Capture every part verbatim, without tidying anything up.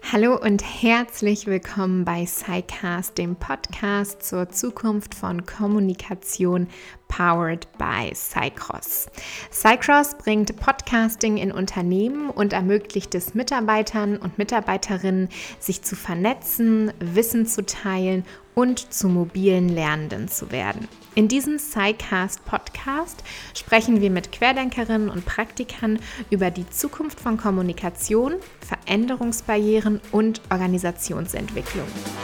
Hallo und herzlich willkommen bei SciCast, dem Podcast zur Zukunft von Kommunikation, powered by Cycross. Cycross bringt Podcasting in Unternehmen und ermöglicht es Mitarbeitern und Mitarbeiterinnen, sich zu vernetzen, Wissen zu teilen und zu mobilen Lernenden zu werden. In diesem SciCast-Podcast sprechen wir mit Querdenkerinnen und Praktikern über die Zukunft von Kommunikation, Veränderungsbarrieren und Organisationsentwicklung.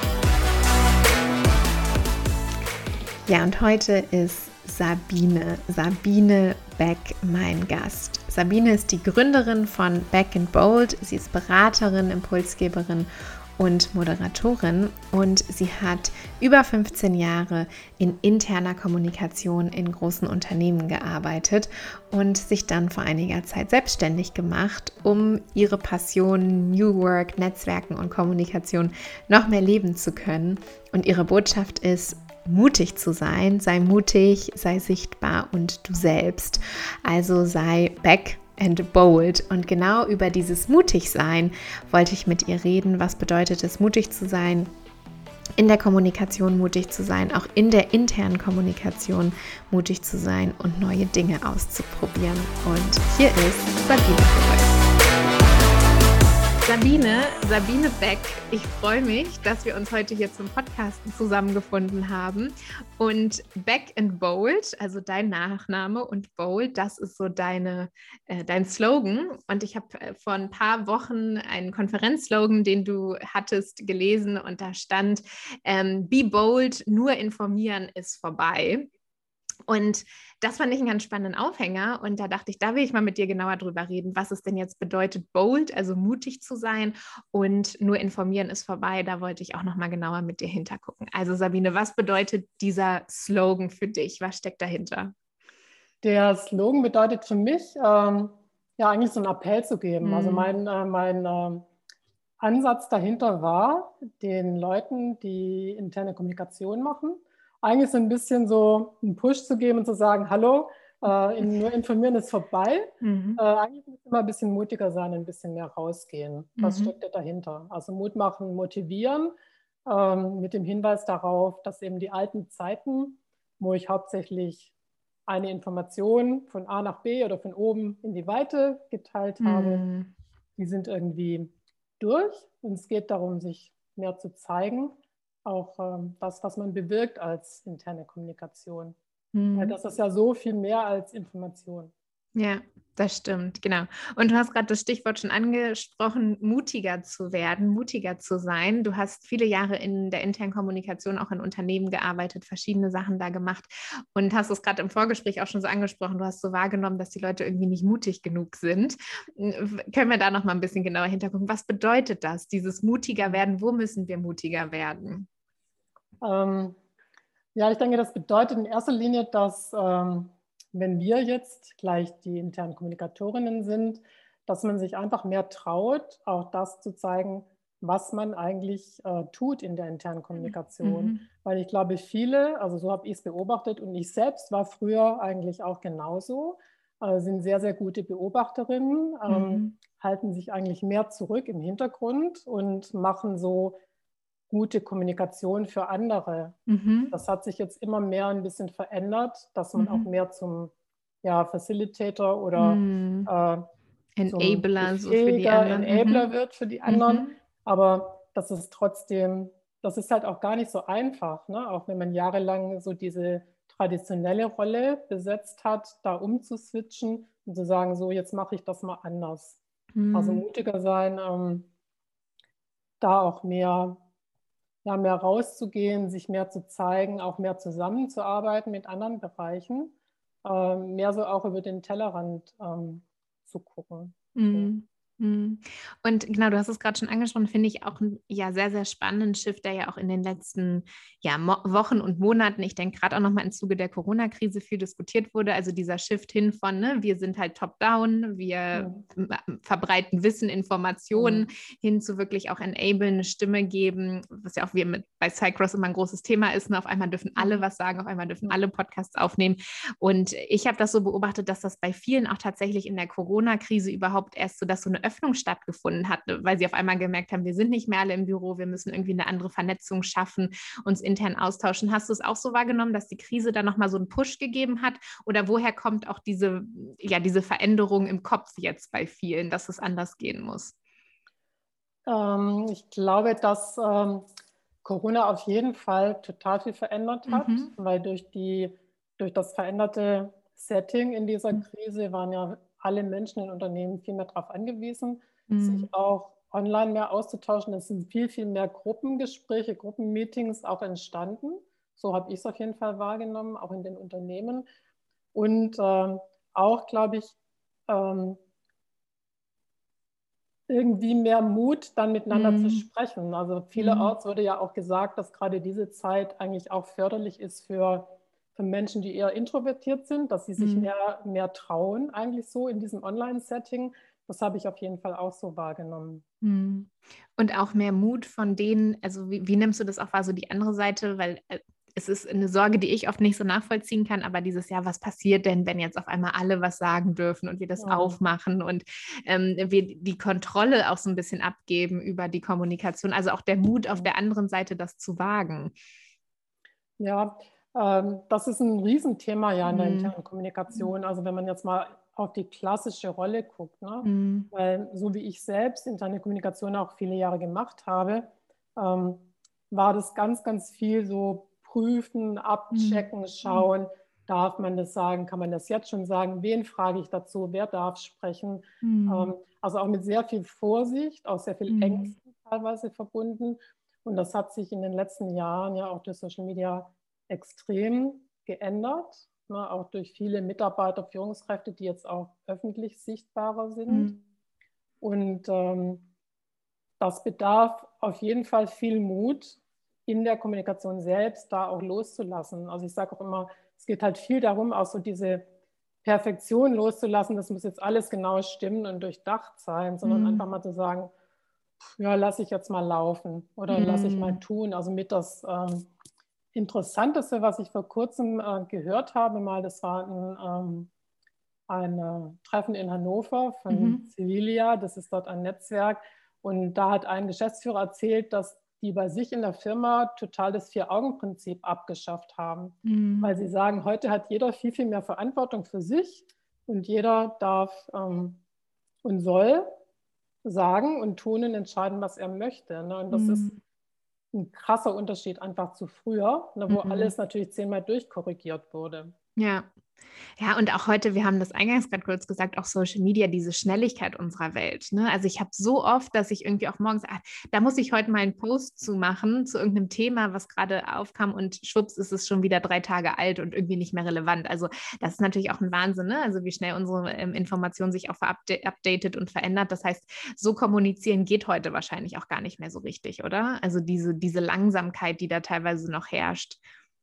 Ja, und heute ist Sabine, Sabine Beck mein Gast. Sabine ist die Gründerin von Beck and Bold. Sie ist Beraterin, Impulsgeberin und Moderatorin und sie hat über fünfzehn Jahre in interner Kommunikation in großen Unternehmen gearbeitet und sich dann vor einiger Zeit selbstständig gemacht, um ihre Passion New Work, Netzwerken und Kommunikation noch mehr leben zu können. Und ihre Botschaft ist, mutig zu sein, sei mutig, sei sichtbar und du selbst. Also sei Beck and bold. Und genau über dieses Mutigsein wollte ich mit ihr reden. Was bedeutet es, mutig zu sein, in der Kommunikation mutig zu sein, auch in der internen Kommunikation mutig zu sein und neue Dinge auszuprobieren. Und hier ist Sabine für euch. Sabine, Sabine Beck, ich freue mich, dass wir uns heute hier zum Podcasten zusammengefunden haben. Und Beck and Bold, also dein Nachname und Bold, das ist so deine, äh, dein Slogan. Und ich habe äh, vor ein paar Wochen einen Konferenzslogan, den du hattest, gelesen und da stand, ähm, Be bold, nur informieren ist vorbei. Und das fand ich einen ganz spannenden Aufhänger und da dachte ich, da will ich mal mit dir genauer drüber reden, was es denn jetzt bedeutet, bold, also mutig zu sein und nur informieren ist vorbei. Da wollte ich auch noch mal genauer mit dir hintergucken. Also Sabine, was bedeutet dieser Slogan für dich? Was steckt dahinter? Der Slogan bedeutet für mich, ähm, ja eigentlich so einen Appell zu geben. Mhm. Also mein, äh, mein äh, Ansatz dahinter war, den Leuten, die interne Kommunikation machen, eigentlich so ein bisschen so einen Push zu geben und zu sagen, hallo, äh, nur informieren ist vorbei. Mhm. Äh, eigentlich muss man ein bisschen mutiger sein, ein bisschen mehr rausgehen. Was mhm. steckt dahinter? Also Mut machen, motivieren, ähm, mit dem Hinweis darauf, dass eben die alten Zeiten, wo ich hauptsächlich eine Information von A nach B oder von oben in die Weite geteilt habe, mhm. die sind irgendwie durch. Und es geht darum, sich mehr zu zeigen. Auch ähm, das, was man bewirkt als interne Kommunikation. Mhm. Weil das ist ja so viel mehr als Information. Ja, das stimmt, genau. Und du hast gerade das Stichwort schon angesprochen, mutiger zu werden, mutiger zu sein. Du hast viele Jahre in der internen Kommunikation auch in Unternehmen gearbeitet, verschiedene Sachen da gemacht und hast es gerade im Vorgespräch auch schon so angesprochen. Du hast so wahrgenommen, dass die Leute irgendwie nicht mutig genug sind. Können wir da noch mal ein bisschen genauer hintergucken? Was bedeutet das, dieses mutiger werden? Wo müssen wir mutiger werden? Ähm, ja, ich denke, das bedeutet in erster Linie, dass ähm, wenn wir jetzt gleich die internen Kommunikatorinnen sind, dass man sich einfach mehr traut, auch das zu zeigen, was man eigentlich äh, tut in der internen Kommunikation. Mhm. Weil ich glaube, viele, also so habe ich es beobachtet und ich selbst war früher eigentlich auch genauso, äh, sind sehr, sehr gute Beobachterinnen, ähm, mhm. halten sich eigentlich mehr zurück im Hintergrund und machen so gute Kommunikation für andere. Mhm. Das hat sich jetzt immer mehr ein bisschen verändert, dass man mhm. auch mehr zum ja, Facilitator oder mhm. äh, Enabler, so für die anderen. Enabler mhm. wird für die anderen. Mhm. Aber das ist trotzdem, das ist halt auch gar nicht so einfach, ne? Auch wenn man jahrelang so diese traditionelle Rolle besetzt hat, da umzuswitchen und zu sagen, so jetzt mache ich das mal anders. Mhm. Also mutiger sein, ähm, da auch mehr Ja, mehr rauszugehen, sich mehr zu zeigen, auch mehr zusammenzuarbeiten mit anderen Bereichen, äh, mehr so auch über den Tellerrand ähm, zu gucken. Mhm. Und genau, du hast es gerade schon angesprochen, finde ich auch einen ja, sehr, sehr spannenden Shift, der ja auch in den letzten ja, Mo- Wochen und Monaten, ich denke gerade auch nochmal im Zuge der Corona-Krise viel diskutiert wurde, also dieser Shift hin von, ne, wir sind halt top-down, wir mhm. verbreiten Wissen, Informationen, mhm. hin zu wirklich auch enablen, eine Stimme geben, was ja auch wir mit, bei Cycross immer ein großes Thema ist, ne? Auf einmal dürfen alle was sagen, auf einmal dürfen mhm. alle Podcasts aufnehmen und ich habe das so beobachtet, dass das bei vielen auch tatsächlich in der Corona-Krise überhaupt erst so, dass so eine Öffnung stattgefunden hat, weil sie auf einmal gemerkt haben, wir sind nicht mehr alle im Büro, wir müssen irgendwie eine andere Vernetzung schaffen, uns intern austauschen. Hast du es auch so wahrgenommen, dass die Krise da nochmal so einen Push gegeben hat? Oder woher kommt auch diese, ja, diese Veränderung im Kopf jetzt bei vielen, dass es anders gehen muss? Ähm, ich glaube, dass ähm, Corona auf jeden Fall total viel verändert hat, Mhm. weil durch die, durch das veränderte Setting in dieser Mhm. Krise waren ja alle Menschen in Unternehmen viel mehr darauf angewiesen, Mhm. sich auch online mehr auszutauschen. Es sind viel, viel mehr Gruppengespräche, Gruppenmeetings auch entstanden. So habe ich es auf jeden Fall wahrgenommen, auch in den Unternehmen. Und ähm, auch, glaube ich, ähm, irgendwie mehr Mut, dann miteinander zu Mhm. sprechen. Also Mhm. vielerorts wurde ja auch gesagt, dass gerade diese Zeit eigentlich auch förderlich ist für, für Menschen, die eher introvertiert sind, dass sie sich Mhm. mehr, mehr trauen, eigentlich so in diesem Online-Setting. Das habe ich auf jeden Fall auch so wahrgenommen. Mhm. Und auch mehr Mut von denen, also wie, wie nimmst du das auch wahr, so die andere Seite, weil äh, es ist eine Sorge, die ich oft nicht so nachvollziehen kann, aber dieses Jahr, was passiert denn, wenn jetzt auf einmal alle was sagen dürfen und wir das Mhm. aufmachen und ähm, wir die Kontrolle auch so ein bisschen abgeben über die Kommunikation, also auch der Mut auf der anderen Seite, das zu wagen. Ja, ähm, das ist ein Riesenthema ja in der Mhm. internen Kommunikation. Also wenn man jetzt mal auf die klassische Rolle guckt, ne? Mhm. Weil so wie ich selbst interne Kommunikation auch viele Jahre gemacht habe, ähm, war das ganz, ganz viel so prüfen, Mhm. abchecken, schauen, darf man das sagen, kann man das jetzt schon sagen, wen frage ich dazu, wer darf sprechen. Ähm, Mhm. also auch mit sehr viel Vorsicht, auch sehr viel Mhm. Ängsten teilweise verbunden. Und das hat sich in den letzten Jahren ja auch durch Social Media extrem geändert, ne, auch durch viele Mitarbeiter, Führungskräfte, die jetzt auch öffentlich sichtbarer sind. Mhm. Und ähm, das bedarf auf jeden Fall viel Mut in der Kommunikation selbst, da auch loszulassen. Also ich sage auch immer, es geht halt viel darum, auch so diese Perfektion loszulassen, das muss jetzt alles genau stimmen und durchdacht sein, sondern einfach Mhm. mal zu sagen, ja, lasse ich jetzt mal laufen oder lasse ich mal Mhm. tun. Also mit das ähm, Interessanteste, was ich vor kurzem äh, gehört habe, mal, das war ein, ähm, ein äh, Treffen in Hannover von Mhm. Civilia, das ist dort ein Netzwerk. Und da hat ein Geschäftsführer erzählt, dass die bei sich in der Firma total das Vier-Augen-Prinzip abgeschafft haben. Weil Mhm. sie sagen, heute hat jeder viel, viel mehr Verantwortung für sich und jeder darf ähm, und soll sagen und tun und entscheiden, was er möchte. Ne? Und das ist Mhm. ein krasser Unterschied einfach zu früher, ne, wo Mhm. alles natürlich zehnmal durchkorrigiert wurde. Ja. Ja, und auch heute, wir haben das eingangs gerade kurz gesagt, auch Social Media, diese Schnelligkeit unserer Welt. Ne? Also ich habe so oft, dass ich irgendwie auch morgens, ah, da muss ich heute mal einen Post zu machen, zu irgendeinem Thema, was gerade aufkam und schwupps ist es schon wieder drei Tage alt und irgendwie nicht mehr relevant. Also das ist natürlich auch ein Wahnsinn, ne? Also wie schnell unsere ähm, Information sich auch verupdatet und verändert. Das heißt, so kommunizieren geht heute wahrscheinlich auch gar nicht mehr so richtig, oder? Also diese, diese Langsamkeit, die da teilweise noch herrscht.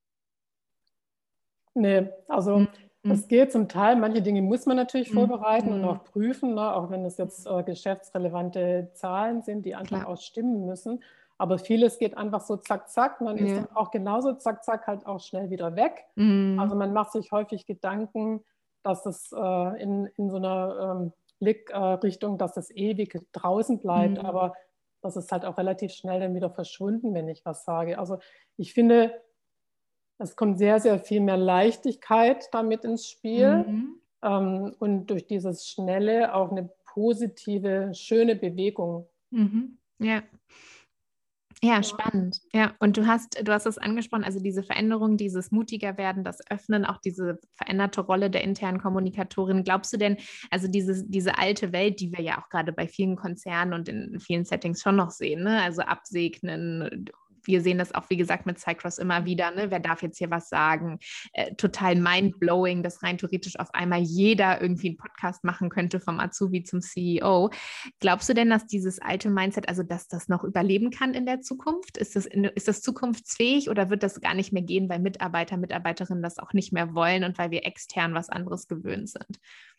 Nee, also Mhm. das geht zum Teil. Manche Dinge muss man natürlich vorbereiten und Mhm. auch prüfen, ne? Auch wenn es jetzt äh, geschäftsrelevante Zahlen sind, die einfach Klar. auch stimmen müssen. Aber vieles geht einfach so zack, zack. Und dann ist Ja. dann auch genauso zack, zack halt auch schnell wieder weg. Also Mhm. man macht sich häufig Gedanken, dass das äh, in, in so einer ähm, Blickrichtung, äh, dass das ewig draußen bleibt. Mhm. Aber das ist halt auch relativ schnell dann wieder verschwunden, wenn ich was sage. Also ich finde, es kommt sehr, sehr viel mehr Leichtigkeit damit ins Spiel Mhm. ähm, und durch dieses Schnelle auch eine positive, schöne Bewegung. Mhm. Ja. Ja, Ja. spannend. Ja, und du hast, du hast es angesprochen, also diese Veränderung, dieses mutiger werden, das Öffnen, auch diese veränderte Rolle der internen Kommunikatorin. Glaubst du denn, also diese, diese alte Welt, die wir ja auch gerade bei vielen Konzernen und in vielen Settings schon noch sehen, ne? Also absegnen, wir sehen das auch, wie gesagt, mit Cycross immer wieder, ne? Wer darf jetzt hier was sagen? Äh, total mindblowing, dass rein theoretisch auf einmal jeder irgendwie einen Podcast machen könnte, vom Azubi zum C E O. Glaubst du denn, dass dieses alte Mindset, also dass das noch überleben kann in der Zukunft? Ist das, in, ist das zukunftsfähig oder wird das gar nicht mehr gehen, weil Mitarbeiter, Mitarbeiterinnen das auch nicht mehr wollen und weil wir extern was anderes gewöhnt sind?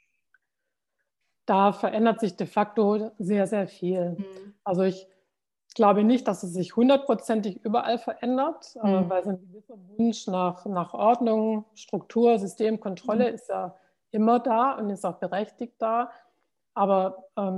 Da verändert sich de facto sehr, sehr viel. Mhm. Also ich glaube nicht, dass es sich hundertprozentig überall verändert, äh, Mhm. weil so ein gewisser Wunsch nach, nach Ordnung, Struktur, System, Kontrolle ist ja immer da und ist auch berechtigt da. Aber ähm,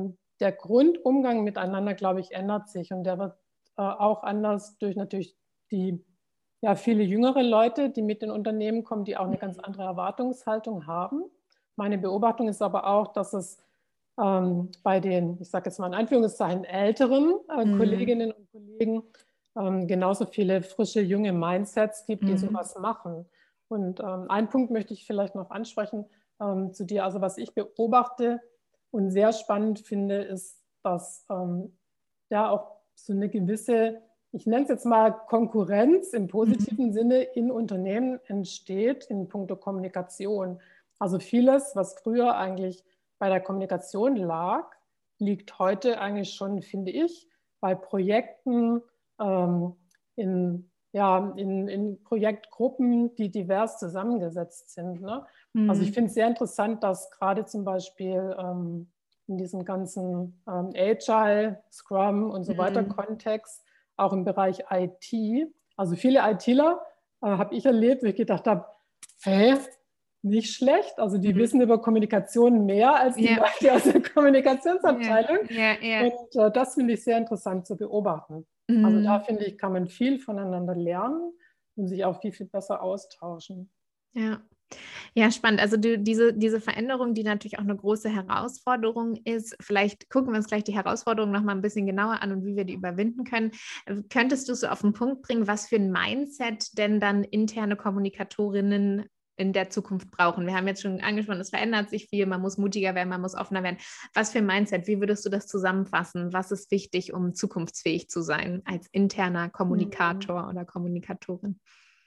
der Grundumgang miteinander, glaube ich, ändert sich. Und der wird äh, auch anders durch natürlich die, ja, viele jüngere Leute, die mit den Unternehmen kommen, die auch eine ganz andere Erwartungshaltung haben. Meine Beobachtung ist aber auch, dass es ähm, bei den, ich sage jetzt mal in Anführungszeichen, älteren äh, mhm. Kolleginnen und Kollegen ähm, genauso viele frische, junge Mindsets gibt, die mhm. sowas machen. Und ähm, einen Punkt möchte ich vielleicht noch ansprechen ähm, zu dir. Also was ich beobachte und sehr spannend finde, ist, dass ähm, ja auch so eine gewisse, ich nenne es jetzt mal Konkurrenz im positiven mhm. Sinne in Unternehmen entsteht in puncto Kommunikation. Also vieles, was früher eigentlich bei der Kommunikation lag, liegt heute eigentlich schon, finde ich, bei Projekten, ähm, in, ja, in, in Projektgruppen, die divers zusammengesetzt sind. Ne? Mhm. Also ich finde es sehr interessant, dass gerade zum Beispiel ähm, in diesem ganzen ähm, Agile, Scrum und so weiter mhm. Kontext, auch im Bereich I T, also viele ITler äh, habe ich erlebt, wo ich gedacht habe, hey, nicht schlecht. Also die mhm. wissen über Kommunikation mehr als die yeah. Leute aus der Kommunikationsabteilung. Yeah. Yeah. Yeah. Und äh, das finde ich sehr interessant zu beobachten. Mhm. Also da finde ich, kann man viel voneinander lernen und sich auch viel, viel besser austauschen. Ja. Ja, spannend. Also du, diese, diese Veränderung, die natürlich auch eine große Herausforderung ist, vielleicht gucken wir uns gleich die Herausforderung noch mal ein bisschen genauer an und wie wir die überwinden können. Könntest du so auf den Punkt bringen, was für ein Mindset denn dann interne Kommunikatorinnen in der Zukunft brauchen? Wir haben jetzt schon angesprochen, es verändert sich viel, man muss mutiger werden, man muss offener werden. Was für ein Mindset, wie würdest du das zusammenfassen? Was ist wichtig, um zukunftsfähig zu sein als interner Kommunikator mhm. oder Kommunikatorin?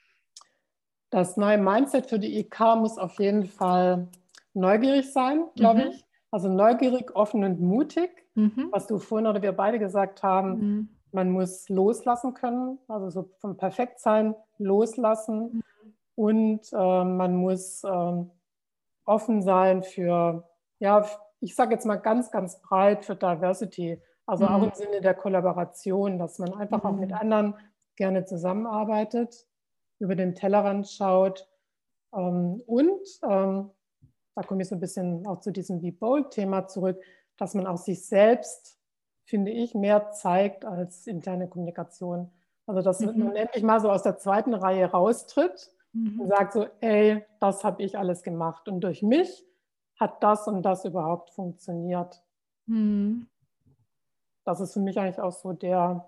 Das neue Mindset für die I K muss auf jeden Fall neugierig sein, glaube mhm. ich. Also neugierig, offen und mutig, mhm. was du vorhin oder wir beide gesagt haben. Mhm. Man muss loslassen können, also so vom Perfektsein loslassen. Mhm. Und äh, man muss äh, offen sein für, ja, ich sage jetzt mal ganz, ganz breit für Diversity. Also mhm. auch im Sinne der Kollaboration, dass man einfach mhm. auch mit anderen gerne zusammenarbeitet, über den Tellerrand schaut. Ähm, und ähm, da komme ich so ein bisschen auch zu diesem Be Bold-Thema zurück, dass man auch sich selbst, finde ich, mehr zeigt als interne Kommunikation. Also dass mhm. man endlich mal so aus der zweiten Reihe raustritt mhm. und sagt so, ey, das habe ich alles gemacht und durch mich hat das und das überhaupt funktioniert. Mhm. Das ist für mich eigentlich auch so der,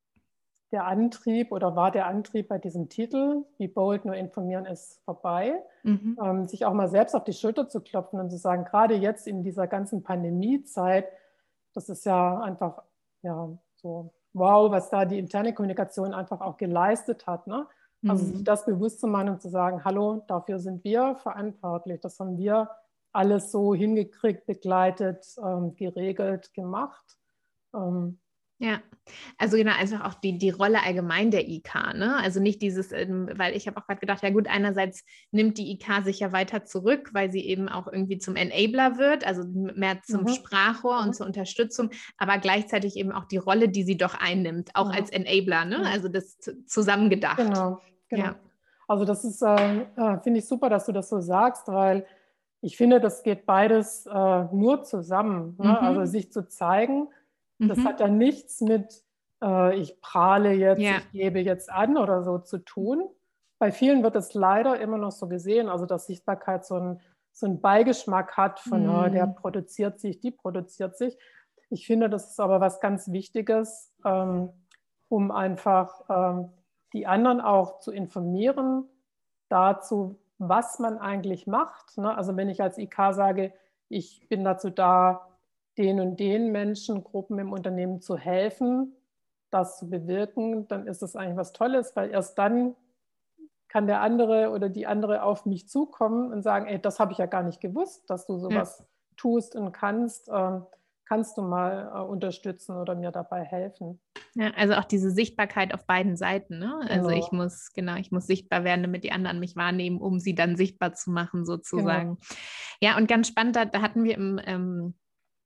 der Antrieb oder war der Antrieb bei diesem Titel, Be Bold, nur informieren ist vorbei, mhm. ähm, sich auch mal selbst auf die Schulter zu klopfen und zu sagen, gerade jetzt in dieser ganzen Pandemiezeit, das ist ja einfach ja, so wow, was da die interne Kommunikation einfach auch geleistet hat. Ne? Also mhm. sich das bewusst zu machen und zu sagen, hallo, dafür sind wir verantwortlich. Das haben wir alles so hingekriegt, begleitet, ähm, geregelt, gemacht. Ähm, Ja, also genau, einfach auch die, die Rolle allgemein der I K, ne? Also nicht dieses, ähm, weil ich habe auch gerade gedacht, ja gut, einerseits nimmt die I K sich ja weiter zurück, weil sie eben auch irgendwie zum Enabler wird, also mehr zum mhm. Sprachrohr mhm. und zur Unterstützung, aber gleichzeitig eben auch die Rolle, die sie doch einnimmt, auch mhm. als Enabler, ne? Mhm. Also das zusammengedacht. Genau, genau. Ja. Also das ist, äh, finde ich super, dass du das so sagst, weil ich finde, das geht beides äh, nur zusammen, ne? Mhm. Also sich zu zeigen. Das mhm. hat ja nichts mit, äh, ich prahle jetzt, ja. ich gebe jetzt an oder so zu tun. Bei vielen wird es leider immer noch so gesehen, also dass Sichtbarkeit so einen so einen Beigeschmack hat von, mhm. äh, der produziert sich, die produziert sich. Ich finde, das ist aber was ganz Wichtiges, ähm, um einfach ähm, die anderen auch zu informieren dazu, was man eigentlich macht. Ne? Also wenn ich als I K sage, ich bin dazu da, den und den Menschengruppen im Unternehmen zu helfen, das zu bewirken, dann ist das eigentlich was Tolles, weil erst dann kann der andere oder die andere auf mich zukommen und sagen, ey, das habe ich ja gar nicht gewusst, dass du sowas ja. tust und kannst. Ähm, kannst du mal äh, unterstützen oder mir dabei helfen? Ja, also auch diese Sichtbarkeit auf beiden Seiten, ne? Genau. Also ich muss, genau, ich muss sichtbar werden, damit die anderen mich wahrnehmen, um sie dann sichtbar zu machen, sozusagen. Genau. Ja, und ganz spannend, da, da hatten wir im ähm,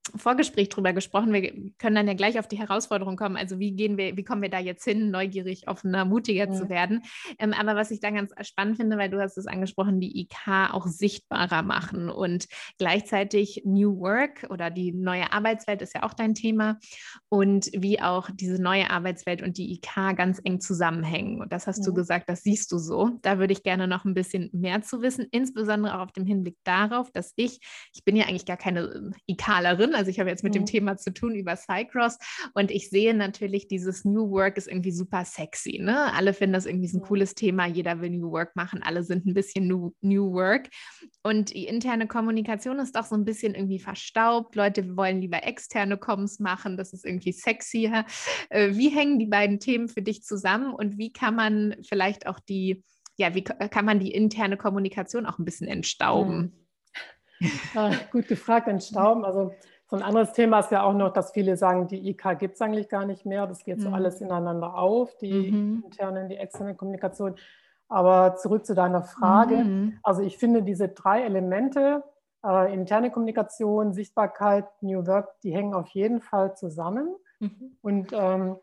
Vorgespräch drüber gesprochen. Wir können dann ja gleich auf die Herausforderung kommen. Also wie gehen wir, wie kommen wir da jetzt hin, neugierig, offener, mutiger Mhm. zu werden? Ähm, aber was ich da ganz spannend finde, weil du hast es angesprochen, die I K auch sichtbarer machen und gleichzeitig New Work oder die neue Arbeitswelt ist ja auch dein Thema und wie auch diese neue Arbeitswelt und die I K ganz eng zusammenhängen. Und das hast du Mhm. gesagt, das siehst du so. Da würde ich gerne noch ein bisschen mehr zu wissen, insbesondere auch auf dem Hinblick darauf, dass ich, ich bin ja eigentlich gar keine IKlerin, also ich habe jetzt mit dem Mhm. Thema zu tun über Cycross und ich sehe natürlich, dieses New Work ist irgendwie super sexy, ne? Alle finden das irgendwie so ein Ja. cooles Thema, jeder will New Work machen, alle sind ein bisschen New, New Work und die interne Kommunikation ist doch so ein bisschen irgendwie verstaubt, Leute wollen lieber externe Comms machen, das ist irgendwie sexier. Äh, Wie hängen die beiden Themen für dich zusammen und wie kann man vielleicht auch die, ja, wie kann man die interne Kommunikation auch ein bisschen entstauben? Mhm. Äh, gut gefragt, entstauben. Also so ein anderes Thema ist ja auch noch, dass viele sagen, die I K gibt es eigentlich gar nicht mehr. Das geht so Mhm. alles ineinander auf, die Mhm. interne, die externe Kommunikation. Aber zurück zu deiner Frage. Mhm. Also ich finde diese drei Elemente, äh, interne Kommunikation, Sichtbarkeit, New Work, die hängen auf jeden Fall zusammen. Mhm. Und ähm,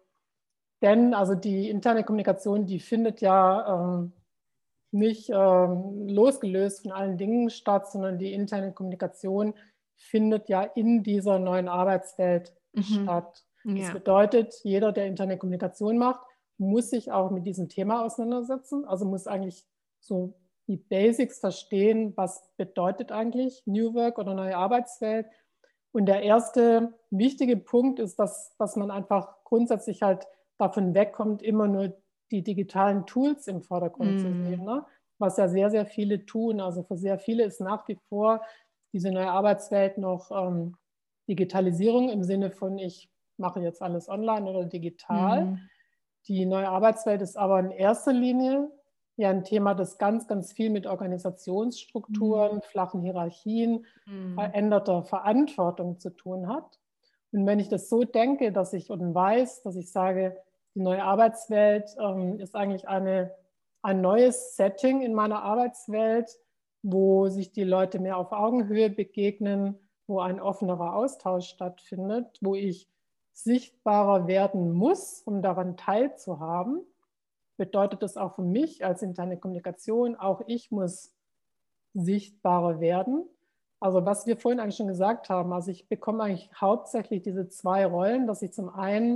denn also die interne Kommunikation, die findet ja ähm, nicht ähm, losgelöst von allen Dingen statt, sondern die interne Kommunikation findet ja in dieser neuen Arbeitswelt Mhm. statt. Das Ja. bedeutet, jeder, der interne Kommunikation macht, muss sich auch mit diesem Thema auseinandersetzen, also muss eigentlich so die Basics verstehen, was bedeutet eigentlich New Work oder neue Arbeitswelt. Und der erste wichtige Punkt ist, dass, dass man einfach grundsätzlich halt davon wegkommt, immer nur die digitalen Tools im Vordergrund zu sehen, Mhm. ne? Was ja sehr, sehr viele tun. Also für sehr viele ist nach wie vor diese neue Arbeitswelt noch ähm, Digitalisierung im Sinne von, ich mache jetzt alles online oder digital. Mhm. Die neue Arbeitswelt ist aber in erster Linie ja ein Thema, das ganz, ganz viel mit Organisationsstrukturen, flachen Hierarchien, Mhm. veränderter Verantwortung zu tun hat. Und wenn ich das so denke, dass ich und weiß, dass ich sage, die neue Arbeitswelt ähm, ist eigentlich eine, ein neues Setting in meiner Arbeitswelt, wo sich die Leute mehr auf Augenhöhe begegnen, wo ein offenerer Austausch stattfindet, wo ich sichtbarer werden muss, um daran teilzuhaben, bedeutet das auch für mich als interne Kommunikation, auch ich muss sichtbarer werden. Also was wir vorhin eigentlich schon gesagt haben, also ich bekomme eigentlich hauptsächlich diese zwei Rollen, dass ich zum einen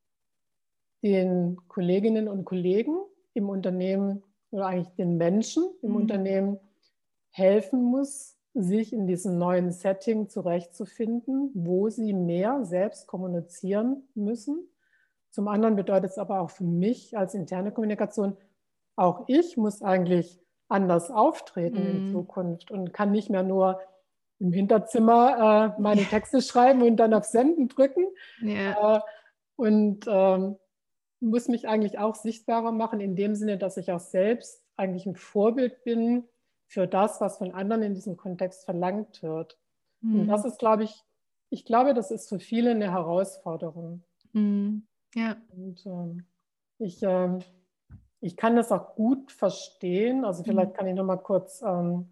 den Kolleginnen und Kollegen im Unternehmen oder eigentlich den Menschen im Mhm. Unternehmen helfen muss, sich in diesem neuen Setting zurechtzufinden, wo sie mehr selbst kommunizieren müssen. Zum anderen bedeutet es aber auch für mich als interne Kommunikation, auch ich muss eigentlich anders auftreten in Mhm. Zukunft und kann nicht mehr nur im Hinterzimmer äh, meine Texte schreiben und dann auf Senden drücken. Ja. Äh, und ähm, muss mich eigentlich auch sichtbarer machen, in dem Sinne, dass ich auch selbst eigentlich ein Vorbild bin für das, was von anderen in diesem Kontext verlangt wird. Und das Mhm. ist, glaube ich, ich glaube, das ist für viele eine Herausforderung. Mhm. Ja. Und ähm, ich, ähm, ich kann das auch gut verstehen. Also Mhm. vielleicht kann ich noch mal kurz ähm,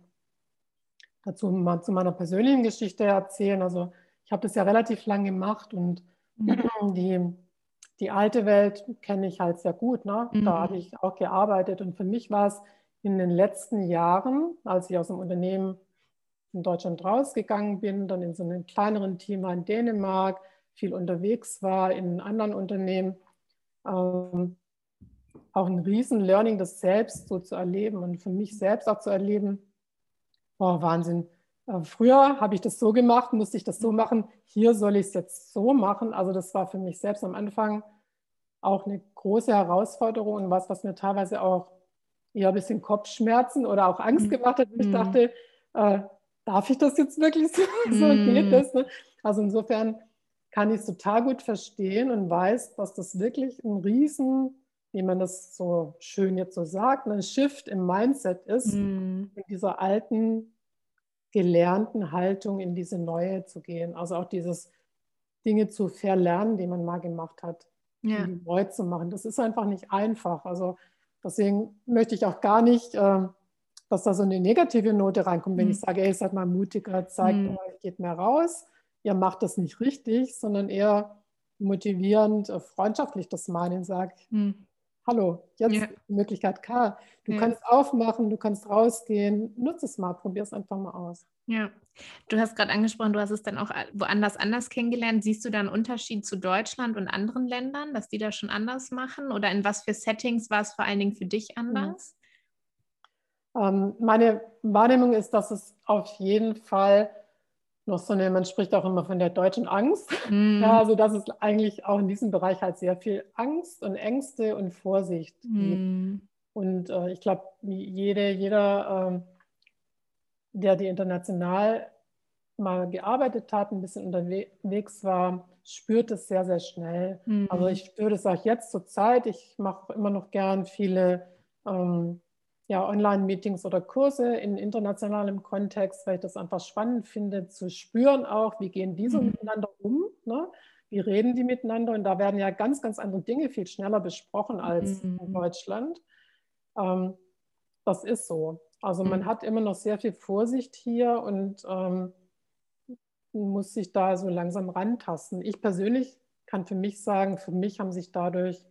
dazu mal zu meiner persönlichen Geschichte erzählen. Also ich habe das ja relativ lang gemacht und Mhm. die, die alte Welt kenne ich halt sehr gut. Ne? Da habe Mhm. ich auch gearbeitet und für mich war es in den letzten Jahren, als ich aus dem Unternehmen in Deutschland rausgegangen bin, dann in so einem kleineren Team in Dänemark, viel unterwegs war in anderen Unternehmen, ähm, auch ein riesen Learning, das selbst so zu erleben und für mich selbst auch zu erleben. Oh, Wahnsinn. Äh, Früher habe ich das so gemacht, musste ich das so machen. Hier soll ich es jetzt so machen. Also das war für mich selbst am Anfang auch eine große Herausforderung und was, was mir teilweise auch eher ein bisschen Kopfschmerzen oder auch Angst Mhm. gemacht hat. Ich Mhm. dachte, äh, darf ich das jetzt wirklich so? So geht Mhm. das? Ne? Also insofern kann ich es total gut verstehen und weiß, dass das wirklich ein Riesen, wie man das so schön jetzt so sagt, ein Shift im Mindset ist, Mhm. in dieser alten, gelernten Haltung in diese neue zu gehen. Also auch dieses Dinge zu verlernen, die man mal gemacht hat und Ja. die neu zu machen. Das ist einfach nicht einfach. Also deswegen möchte ich auch gar nicht, äh, dass da so eine negative Note reinkommt, wenn ich Mhm. sage, ey, seid mal mutiger, zeigt Mhm. euch, geht mehr raus. ihr macht das nicht richtig, sondern eher motivierend, äh, freundschaftlich das meinen, sage, Hm. hallo, jetzt Ja. ist die Möglichkeit K. Du Ja. kannst aufmachen, du kannst rausgehen, nutze es mal, probier es einfach mal aus. Ja, du hast gerade angesprochen, du hast es dann auch woanders anders kennengelernt. Siehst du da einen Unterschied zu Deutschland und anderen Ländern, dass die das schon anders machen? Oder in was für Settings war es vor allen Dingen für dich anders? Ähm, meine Wahrnehmung ist, dass es auf jeden Fall noch so eine, man spricht auch immer von der deutschen Angst. Mm. Ja, also dass es eigentlich auch in diesem Bereich halt sehr viel Angst und Ängste und Vorsicht gibt. Mm. Und äh, ich glaube, jede, jeder, ähm, der die international mal gearbeitet hat, ein bisschen unterwegs war, spürt es sehr, sehr schnell. Mm. Also ich spüre das auch jetzt zur Zeit. Ich mache immer noch gern viele ähm, ja, Online-Meetings oder Kurse in internationalem Kontext, weil ich das einfach spannend finde, zu spüren auch, wie gehen die so Mm. miteinander um, ne? Wie reden die miteinander? Und da werden ja ganz, ganz andere Dinge viel schneller besprochen als Mm. in Deutschland. Ähm, das ist so. Also man Mm. hat immer noch sehr viel Vorsicht hier und ähm, muss sich da so langsam rantasten. Ich persönlich kann für mich sagen, für mich haben sich dadurch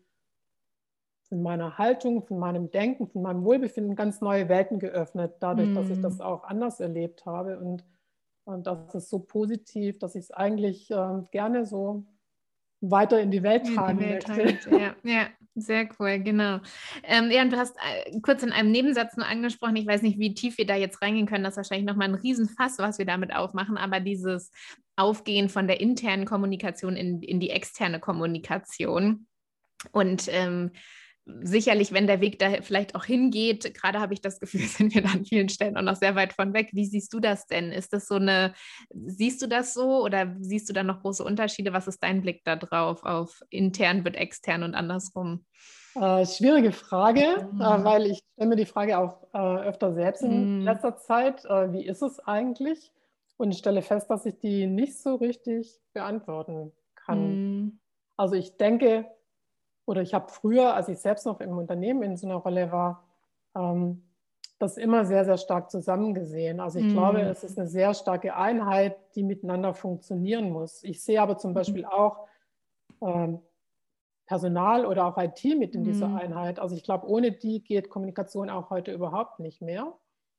von meiner Haltung, von meinem Denken, von meinem Wohlbefinden ganz neue Welten geöffnet, dadurch, dass ich das auch anders erlebt habe. Und, und das ist so positiv, dass ich es eigentlich äh, gerne so weiter in die Welt In die tragen Welt möchte. tragen. Ja, ja, sehr cool, genau. Ähm, ja, und du hast äh, kurz in einem Nebensatz nur angesprochen, ich weiß nicht, wie tief wir da jetzt reingehen können, das ist wahrscheinlich nochmal ein Riesenfass, was wir damit aufmachen, aber dieses Aufgehen von der internen Kommunikation in, in die externe Kommunikation. Und ähm, sicherlich, wenn der Weg da vielleicht auch hingeht, gerade habe ich das Gefühl, sind wir da an vielen Stellen auch noch sehr weit von weg. Wie siehst du das denn? Ist das so eine, siehst du das so oder siehst du da noch große Unterschiede? Was ist dein Blick da drauf, auf intern wird extern und andersrum? Äh, schwierige Frage, Mm. äh, weil ich stelle mir die Frage auch äh, öfter selbst in Mm. letzter Zeit, äh, wie ist es eigentlich? Und ich stelle fest, dass ich die nicht so richtig beantworten kann. Mm. Also ich denke, oder ich habe früher, als ich selbst noch im Unternehmen in so einer Rolle war, ähm, das immer sehr, sehr stark zusammengesehen. Also ich Mm. glaube, es ist eine sehr starke Einheit, die miteinander funktionieren muss. Ich sehe aber zum Beispiel auch ähm, Personal oder auch I T mit in dieser Mm. Einheit. Also ich glaube, ohne die geht Kommunikation auch heute überhaupt nicht mehr.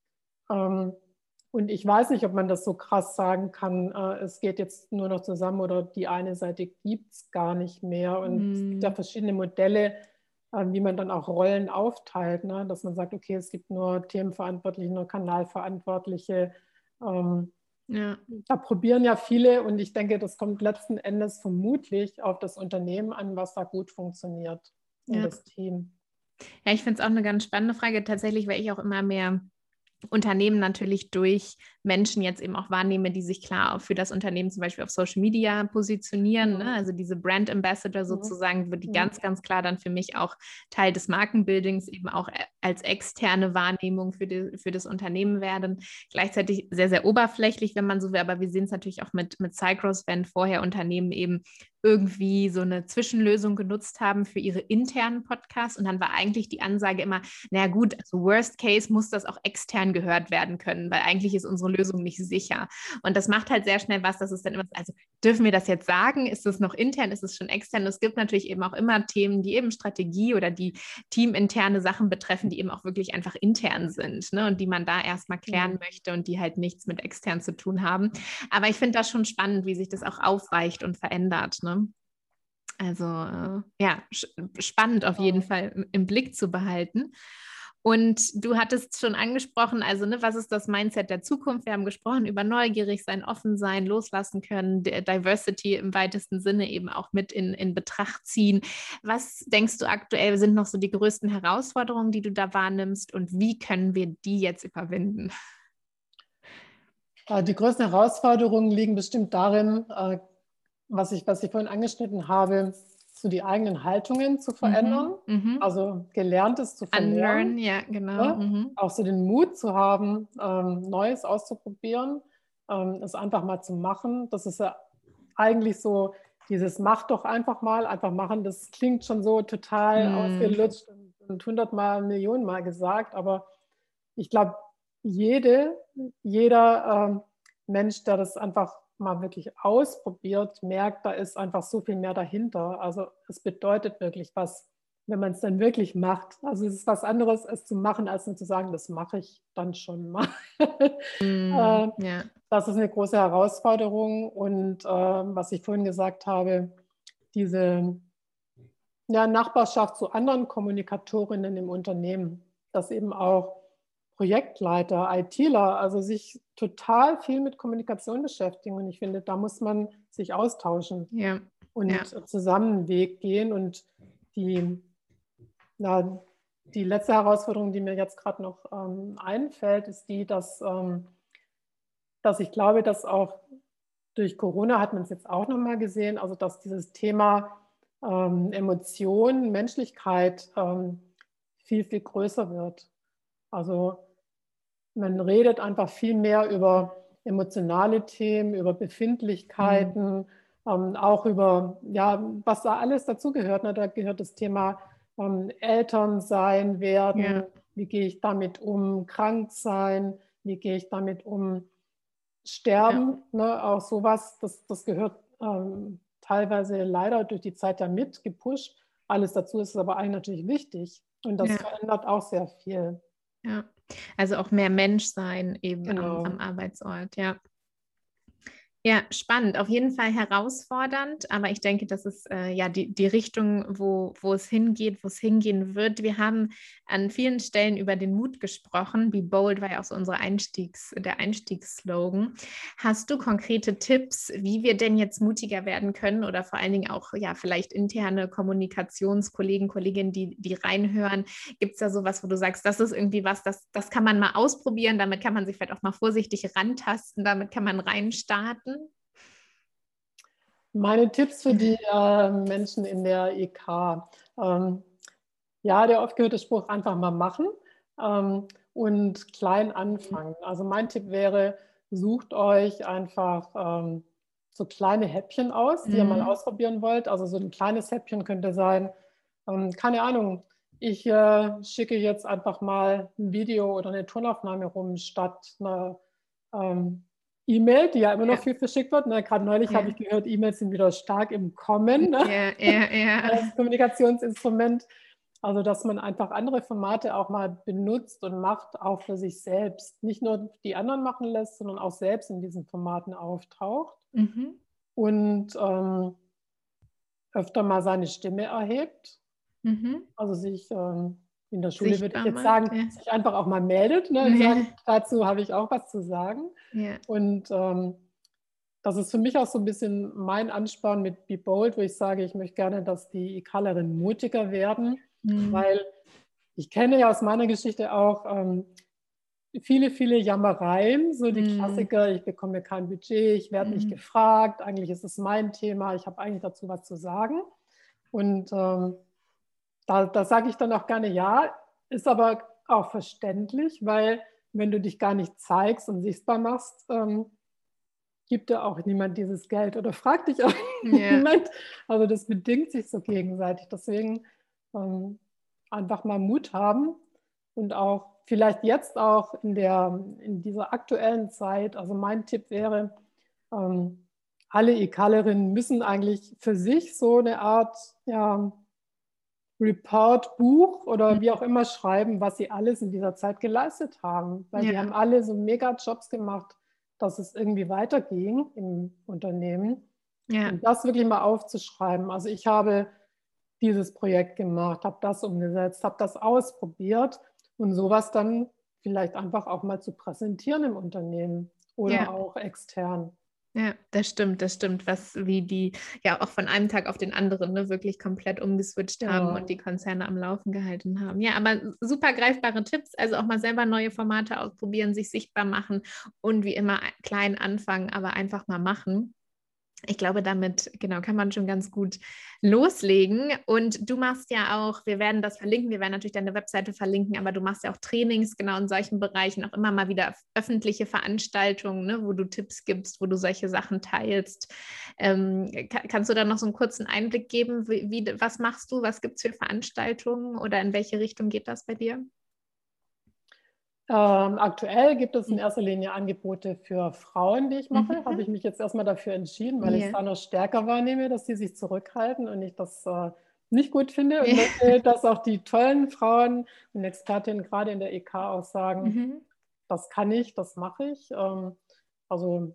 Ähm, und ich weiß nicht, ob man das so krass sagen kann, äh, es geht jetzt nur noch zusammen oder die eine Seite gibt es gar nicht mehr. Und Mm. es gibt ja verschiedene Modelle, äh, wie man dann auch Rollen aufteilt, ne? Dass man sagt, okay, es gibt nur Themenverantwortliche, nur Kanalverantwortliche. Ähm, Ja. Da probieren ja viele und ich denke, das kommt letzten Endes vermutlich auf das Unternehmen an, was da gut funktioniert und Ja. das Team. Ja, ich finde es auch eine ganz spannende Frage, tatsächlich, weil ich auch immer mehr Unternehmen natürlich durch Menschen jetzt eben auch wahrnehme, die sich klar auch für das Unternehmen zum Beispiel auf Social Media positionieren, Mhm. ne? Also diese Brand Ambassador sozusagen, die Mhm. ganz, ganz klar dann für mich auch Teil des Markenbuildings eben auch als externe Wahrnehmung für, die, für das Unternehmen werden. Gleichzeitig sehr, sehr oberflächlich, wenn man so will, aber wir sehen es natürlich auch mit, mit Cycros, wenn vorher Unternehmen eben irgendwie so eine Zwischenlösung genutzt haben für ihre internen Podcasts und dann war eigentlich die Ansage immer, naja gut, also worst case muss das auch extern gehört werden können, weil eigentlich ist unsere Lösung nicht sicher. Und das macht halt sehr schnell was, dass es dann immer, also dürfen wir das jetzt sagen? Ist es noch intern? Ist es schon extern? Es gibt natürlich eben auch immer Themen, die eben Strategie oder die teaminterne Sachen betreffen, die eben auch wirklich einfach intern sind, ne? Und die man da erstmal klären Mhm. möchte und die halt nichts mit extern zu tun haben. Aber ich finde das schon spannend, wie sich das auch aufweicht und verändert, ne? Also äh, ja, spannend auf jeden Fall im, im Blick zu behalten. Und du hattest schon angesprochen, also ne, was ist das Mindset der Zukunft? Wir haben gesprochen über neugierig sein, offen sein, loslassen können, Diversity im weitesten Sinne eben auch mit in, in Betracht ziehen. Was denkst du aktuell sind noch so die größten Herausforderungen, die du da wahrnimmst und wie können wir die jetzt überwinden? Die größten Herausforderungen liegen bestimmt darin, was ich, was ich vorhin angeschnitten habe, so die eigenen Haltungen zu verändern, Mhm, mhm. also Gelerntes zu verlernen. Unlearn, ja, genau. Ne? Mhm. Auch so den Mut zu haben, ähm, Neues auszuprobieren, ähm, es einfach mal zu machen. Das ist ja eigentlich so dieses mach doch einfach mal, einfach machen. Das klingt schon so total Mhm. ausgelutscht und, und hundertmal, Millionenmal gesagt, aber ich glaube, jede, jeder ähm, Mensch, der das einfach mal wirklich ausprobiert, merkt, da ist einfach so viel mehr dahinter. Also es bedeutet wirklich was, wenn man es dann wirklich macht. Also es ist was anderes, es zu machen, als nur zu sagen, das mache ich dann schon mal. Mm, Äh, ja. Das ist eine große Herausforderung. Und äh, was ich vorhin gesagt habe, diese ja, Nachbarschaft zu anderen Kommunikatorinnen im Unternehmen, dass eben auch Projektleiter, ITler, also sich total viel mit Kommunikation beschäftigen. Und ich finde, da muss man sich austauschen Ja. und Ja. zusammen einen Weg gehen. Und die, na, die letzte Herausforderung, die mir jetzt gerade noch ähm, einfällt, ist die, dass, ähm, dass ich glaube, dass auch durch Corona hat man es jetzt auch nochmal gesehen, also dass dieses Thema ähm, Emotionen, Menschlichkeit ähm, viel, viel größer wird. Also man redet einfach viel mehr über emotionale Themen, über Befindlichkeiten, mhm. ähm, auch über, ja, was da alles dazugehört. Ne? Da gehört das Thema ähm, Eltern sein werden, Ja. wie gehe ich damit um, krank sein, wie gehe ich damit um, sterben, ja. Ne? Auch sowas, das, das gehört ähm, teilweise leider durch die Zeit ja mit gepusht. Alles dazu ist aber eigentlich natürlich wichtig und das Ja. verändert auch sehr viel. Ja, also auch mehr Menschsein eben Genau. am, am Arbeitsort, ja. Ja, spannend, auf jeden Fall herausfordernd, aber ich denke, das ist äh, ja die, die Richtung, wo, wo es hingeht, wo es hingehen wird. Wir haben an vielen Stellen über den Mut gesprochen. Be Bold war ja auch so unsere Einstiegs, der Einstiegsslogan. Hast du konkrete Tipps, wie wir denn jetzt mutiger werden können oder vor allen Dingen auch ja vielleicht interne Kommunikationskollegen, Kolleginnen, die, die reinhören? Gibt es da sowas, wo du sagst, das ist irgendwie was, das, das kann man mal ausprobieren, damit kann man sich vielleicht auch mal vorsichtig rantasten, damit kann man reinstarten? Meine Tipps für die äh, Menschen in der E K. Ähm, ja, der oft gehörte Spruch, einfach mal machen ähm, und klein anfangen. Also mein Tipp wäre, sucht euch einfach ähm, so kleine Häppchen aus, die mhm. ihr mal ausprobieren wollt. Also so ein kleines Häppchen könnte sein, ähm, keine Ahnung, ich äh, schicke jetzt einfach mal ein Video oder eine Tonaufnahme rum, statt einer ähm, E-Mail, die ja immer noch ja. viel verschickt wird. Ne? Gerade neulich ja. habe ich gehört, E-Mails sind wieder stark im Kommen. Ne? Ja, ja, ja. Als Kommunikationsinstrument. Also, dass man einfach andere Formate auch mal benutzt und macht, auch für sich selbst. Nicht nur die anderen machen lässt, sondern auch selbst in diesen Formaten auftaucht. Mhm. Und ähm, öfter mal seine Stimme erhebt. Mhm. Also sich ähm, in der Schule würde ich jetzt sagen, ja. sich einfach auch mal meldet. Ne, und ja. sagt, dazu habe ich auch was zu sagen. Ja. Und ähm, das ist für mich auch so ein bisschen mein Ansporn mit Be Bold, wo ich sage, ich möchte gerne, dass die IKlerinnen mutiger werden, mhm. weil ich kenne ja aus meiner Geschichte auch ähm, viele, viele Jammereien, so die mhm. Klassiker, ich bekomme kein Budget, ich werde mhm. nicht gefragt, eigentlich ist es mein Thema, ich habe eigentlich dazu was zu sagen. Und ähm, da, da sage ich dann auch gerne ja, ist aber auch verständlich, weil wenn du dich gar nicht zeigst und sichtbar machst, ähm, gibt dir auch niemand dieses Geld oder fragt dich auch yeah. niemand. Also das bedingt sich so gegenseitig. Deswegen ähm, einfach mal Mut haben und auch vielleicht jetzt auch in, der, in dieser aktuellen Zeit, also mein Tipp wäre, ähm, alle IKlerinnen müssen eigentlich für sich so eine Art ja, Report, Buch oder mhm. wie auch immer schreiben, was sie alles in dieser Zeit geleistet haben. Weil ja. die haben alle so mega Jobs gemacht, dass es irgendwie weiterging im Unternehmen. Ja. Und das wirklich mal aufzuschreiben. Also ich habe dieses Projekt gemacht, habe das umgesetzt, habe das ausprobiert und sowas dann vielleicht einfach auch mal zu präsentieren im Unternehmen oder ja. auch extern. Ja, das stimmt, das stimmt, was wie die ja auch von einem Tag auf den anderen ne, wirklich komplett umgeswitcht ja. haben und die Konzerne am Laufen gehalten haben. Ja, aber super greifbare Tipps, also auch mal selber neue Formate ausprobieren, sich sichtbar machen und wie immer klein anfangen, aber einfach mal machen. Ich glaube, damit genau kann man schon ganz gut loslegen. Und du machst ja auch, wir werden das verlinken, wir werden natürlich deine Webseite verlinken, aber du machst ja auch Trainings genau in solchen Bereichen, auch immer mal wieder öffentliche Veranstaltungen, ne, wo du Tipps gibst, wo du solche Sachen teilst. Ähm, kann, kannst du da noch so einen kurzen Einblick geben? Wie, wie, was machst du? Was gibt es für Veranstaltungen oder in welche Richtung geht das bei dir? Ähm, aktuell gibt es in erster Linie Angebote für Frauen, die ich mache. Mhm. Habe ich mich jetzt erstmal dafür entschieden, weil ich es Ja. da noch stärker wahrnehme, dass die sich zurückhalten und ich das äh, nicht gut finde und Ja. möchte, dass auch die tollen Frauen und Expertinnen gerade in der E K auch sagen, Mhm. das kann ich, das mache ich. Ähm, also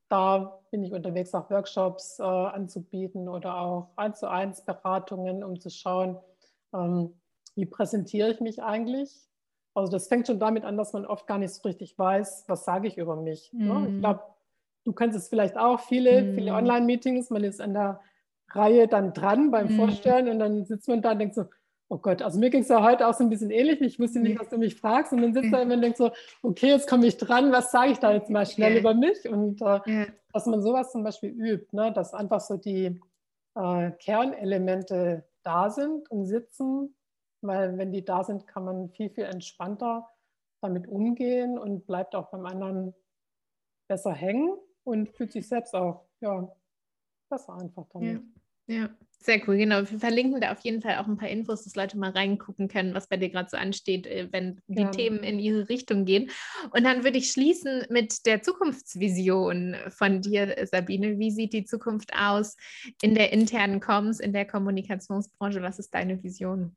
da bin ich unterwegs, auch Workshops äh, anzubieten oder auch eins zu eins Beratungen, um zu schauen, ähm, wie präsentiere ich mich eigentlich. Also das fängt schon damit an, dass man oft gar nicht so richtig weiß, was sage ich über mich. Ne? Ich Mhm. glaube, du kennst es vielleicht auch, viele, viele Mhm. Online-Meetings, man ist an der Reihe dann dran beim Mhm. Vorstellen und dann sitzt man da und denkt so, oh Gott, also mir ging es ja heute auch so ein bisschen ähnlich, ich wusste nicht, was du mich fragst und dann sitzt da immer und denkt so, okay, jetzt komme ich dran, was sage ich da jetzt mal schnell Ja. über mich und äh, Ja. dass man sowas zum Beispiel übt, ne? Dass einfach so die äh, Kernelemente da sind und sitzen, weil wenn die da sind, kann man viel, viel entspannter damit umgehen und bleibt auch beim anderen besser hängen und fühlt sich selbst auch ja, besser einfach Ja, damit. ja, sehr cool, genau. Wir verlinken da auf jeden Fall auch ein paar Infos, dass Leute mal reingucken können, was bei dir gerade so ansteht, äh, wenn die Gerne. Themen in ihre Richtung gehen. Und dann würde ich schließen mit der Zukunftsvision von dir, Sabine. Wie sieht die Zukunft aus in der internen Comms, in der Kommunikationsbranche? Was ist deine Vision?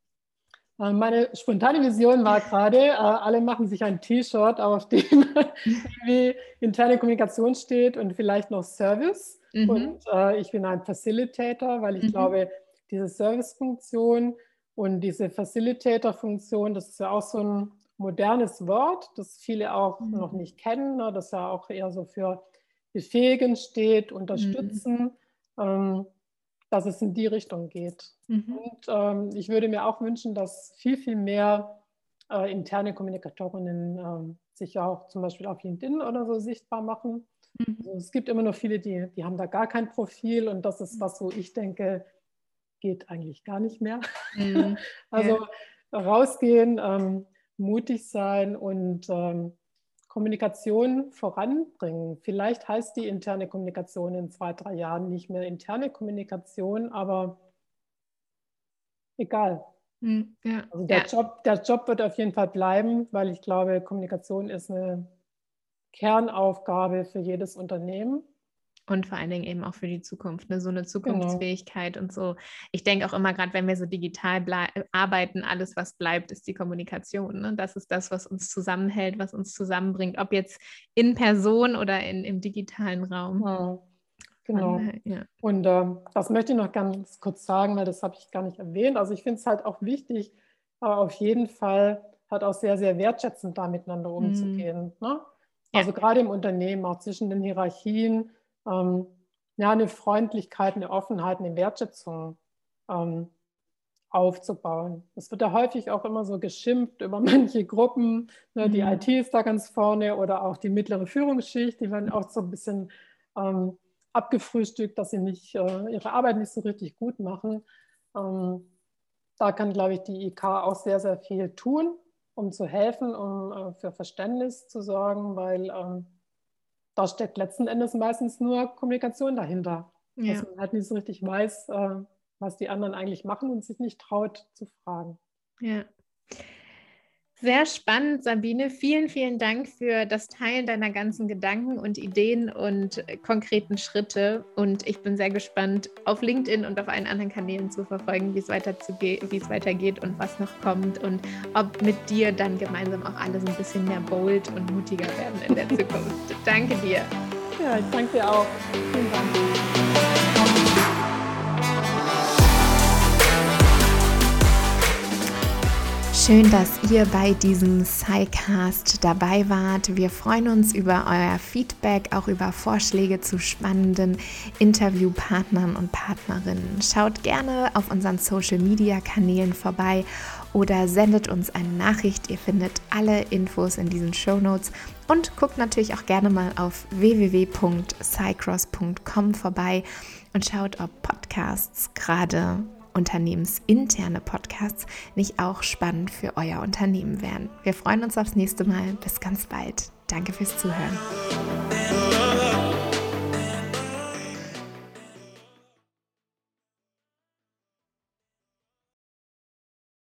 Meine spontane Vision war gerade, äh, alle machen sich ein T-Shirt, auf dem irgendwie interne Kommunikation steht und vielleicht noch Service. Mhm. Und äh, ich bin ein Facilitator, weil ich Mhm. glaube, diese Service-Funktion und diese Facilitator-Funktion, das ist ja auch so ein modernes Wort, das viele auch Mhm. noch nicht kennen, ne, das ja auch eher so für befähigen steht, unterstützen. Mhm. Ähm, dass es in die Richtung geht. Mhm. Und ähm, ich würde mir auch wünschen, dass viel, viel mehr äh, interne Kommunikatorinnen äh, sich auch zum Beispiel auf LinkedIn oder so sichtbar machen. Mhm. Also es gibt immer noch viele, die, die haben da gar kein Profil und das ist was, wo ich denke, geht eigentlich gar nicht mehr. Mhm. Also Ja. rausgehen, ähm, mutig sein und ähm, Kommunikation voranbringen. Vielleicht heißt die interne Kommunikation in zwei, drei Jahren nicht mehr interne Kommunikation, aber egal. Mhm. Ja. Also der Ja. Job, der Job wird auf jeden Fall bleiben, weil ich glaube, Kommunikation ist eine Kernaufgabe für jedes Unternehmen. Und vor allen Dingen eben auch für die Zukunft, ne? So eine Genau. Zukunftsfähigkeit und so. Ich denke auch immer, gerade wenn wir so digital blei- arbeiten, alles, was bleibt, ist die Kommunikation. Ne? Das ist das, was uns zusammenhält, was uns zusammenbringt, ob jetzt in Person oder in, im digitalen Raum. Ja, Von genau. daher, ja. Und äh, das möchte ich noch ganz kurz sagen, weil das habe ich gar nicht erwähnt. Also ich finde es halt auch wichtig, äh, auf jeden Fall halt auch sehr, sehr wertschätzend da miteinander umzugehen. Mhm. Ne? Ja. Also gerade im Unternehmen, auch zwischen den Hierarchien, ähm, ja, eine Freundlichkeit, eine Offenheit, eine Wertschätzung ähm, aufzubauen. Es wird ja häufig auch immer so geschimpft über manche Gruppen, ne? Die Mhm. I T ist da ganz vorne oder auch die mittlere Führungsschicht, die werden auch so ein bisschen ähm, abgefrühstückt, dass sie nicht, äh, ihre Arbeit nicht so richtig gut machen. Ähm, da kann, glaube ich, die I K auch sehr, sehr viel tun, um zu helfen, um äh, für Verständnis zu sorgen, weil ähm, da steckt letzten Endes meistens nur Kommunikation dahinter, Ja. dass man halt nicht so richtig weiß, äh, was die anderen eigentlich machen und sich nicht traut zu fragen. Ja. Sehr spannend, Sabine. Vielen, vielen Dank für das Teilen deiner ganzen Gedanken und Ideen und äh, konkreten Schritte. Und ich bin sehr gespannt, auf LinkedIn und auf allen anderen Kanälen zu verfolgen, wie es weiterzuge- wie es weitergeht und was noch kommt und ob mit dir dann gemeinsam auch alle so ein bisschen mehr bold und mutiger werden in der Zukunft. Danke dir. Ja, ich danke dir auch. Vielen Dank. Schön, dass ihr bei diesem SciCast dabei wart. Wir freuen uns über euer Feedback, auch über Vorschläge zu spannenden Interviewpartnern und Partnerinnen. Schaut gerne auf unseren Social-Media-Kanälen vorbei oder sendet uns eine Nachricht. Ihr findet alle Infos in diesen Shownotes und guckt natürlich auch gerne mal auf w w w punkt sci-cross punkt com vorbei und schaut, ob Podcasts gerade unternehmensinterne Podcasts nicht auch spannend für euer Unternehmen wären. Wir freuen uns aufs nächste Mal. Bis ganz bald. Danke fürs Zuhören.